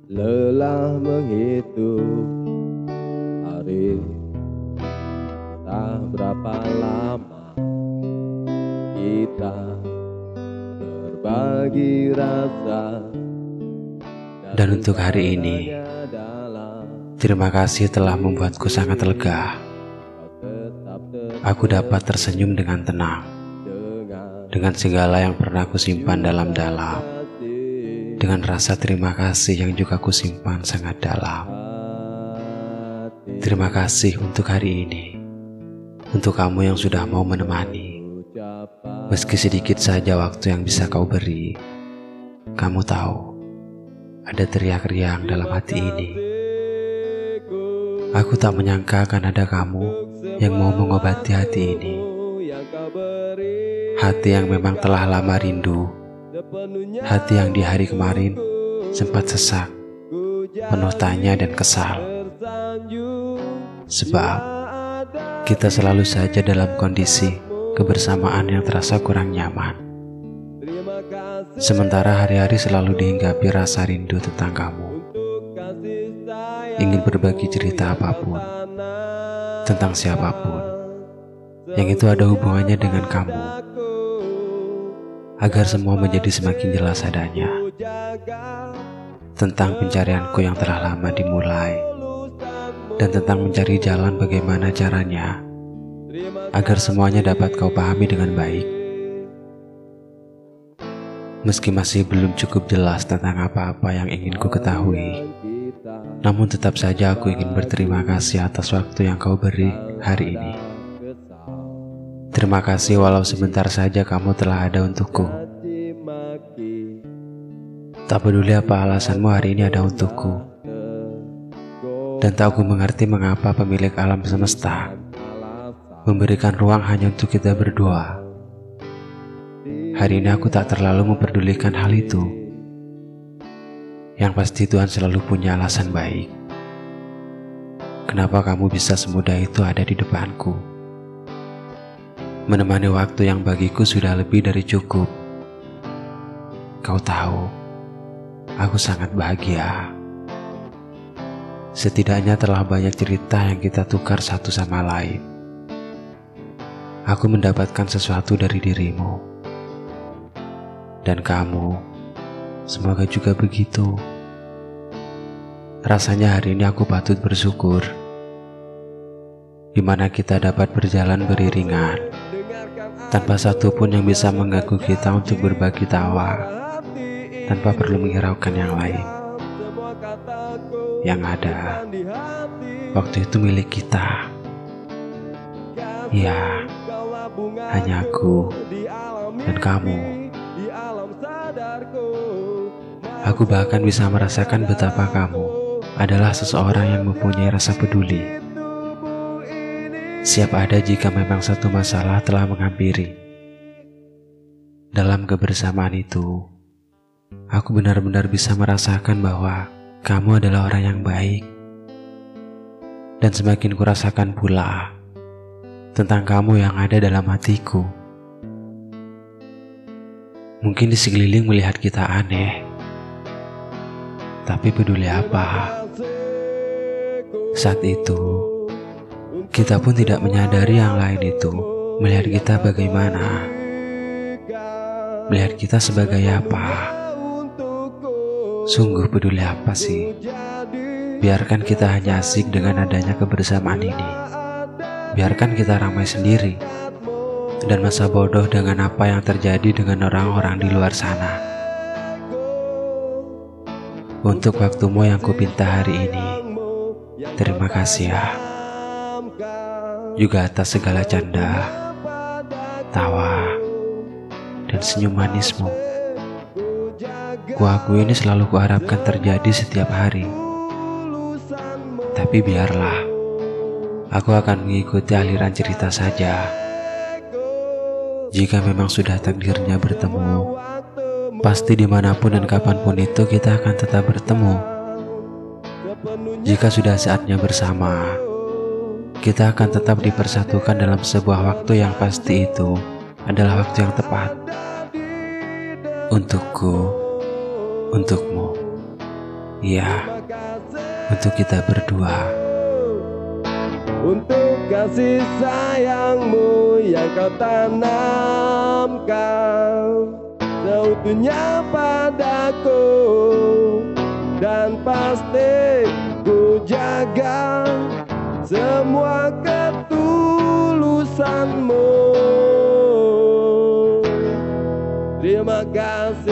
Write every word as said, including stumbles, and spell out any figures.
lelah menghitung hari, tak berapa lama kita berbagi rasa. Dan untuk hari ini, terima kasih telah membuatku sangat lega. Aku dapat tersenyum dengan tenang, dengan segala yang pernah aku simpan dalam-dalam, dengan rasa terima kasih yang juga aku simpan sangat dalam. Terima kasih untuk hari ini, untuk kamu yang sudah mau menemani. Meski sedikit saja waktu yang bisa kau beri, kamu tahu, ada teriak riang dalam hati ini. Aku tak menyangka akan ada kamu yang mau mengobati hati ini. Hati yang memang telah lama rindu, hati yang di hari kemarin sempat sesak, penuh tanya dan kesal. Sebab kita selalu saja dalam kondisi kebersamaan yang terasa kurang nyaman. Sementara hari-hari selalu dihinggapi rasa rindu tentang kamu. Ingin berbagi cerita apapun, tentang siapapun, yang itu ada hubungannya dengan kamu, agar semua menjadi semakin jelas adanya. Tentang pencarianku yang telah lama dimulai, dan tentang mencari jalan bagaimana caranya, agar semuanya dapat kau pahami dengan baik. Meski masih belum cukup jelas tentang apa-apa yang ingin ku ketahui, namun tetap saja aku ingin berterima kasih atas waktu yang kau beri hari ini. Terima kasih walau sebentar saja kamu telah ada untukku. Tak peduli apa alasanmu hari ini ada untukku. Dan tak aku mengerti mengapa pemilik alam semesta memberikan ruang hanya untuk kita berdua. Hari ini aku tak terlalu memperdulikan hal itu. Yang pasti Tuhan selalu punya alasan baik. Kenapa kamu bisa semudah itu ada di depanku, menemani waktu yang bagiku sudah lebih dari cukup. Kau tahu, aku sangat bahagia. Setidaknya telah banyak cerita yang kita tukar satu sama lain. Aku mendapatkan sesuatu dari dirimu. Dan kamu, semoga juga begitu. Rasanya hari ini aku patut bersyukur, di mana kita dapat berjalan beriringan, tanpa satupun yang bisa mengganggu kita untuk berbagi tawa, tanpa perlu menghiraukan yang lain. Yang ada, waktu itu milik kita. Ya, hanya aku dan kamu. Aku bahkan bisa merasakan betapa kamu adalah seseorang yang mempunyai rasa peduli. Siap ada jika memang satu masalah telah menghampiri. Dalam kebersamaan itu, aku benar-benar bisa merasakan bahwa kamu adalah orang yang baik. Dan semakin kurasakan pula tentang kamu yang ada dalam hatiku. Mungkin di sekeliling melihat kita aneh, tapi peduli apa? Saat itu, kita pun tidak menyadari yang lain itu melihat kita bagaimana, melihat kita sebagai apa. Sungguh peduli apa sih? Biarkan kita hanya asik dengan adanya kebersamaan ini. Biarkan kita ramai sendiri, dan masa bodoh dengan apa yang terjadi dengan orang-orang di luar sana. Untuk waktumu yang kupinta hari ini, terima kasih ya. Juga atas segala canda, tawa, dan senyum manismu. Kuakui ini selalu kuharapkan terjadi setiap hari. Tapi biarlah, aku akan mengikuti aliran cerita saja. Jika memang sudah takdirnya bertemu, pasti dimanapun dan kapanpun itu kita akan tetap bertemu. Jika sudah saatnya bersama, kita akan tetap dipersatukan dalam sebuah waktu yang pasti itu adalah waktu yang tepat. Untukku, untukmu, Iya, untuk kita berdua. Untuk kasih sayangmu yang kau tanamkan seutuhnya padaku, dan pasti ku jaga semua ketulusanmu. Terima kasih.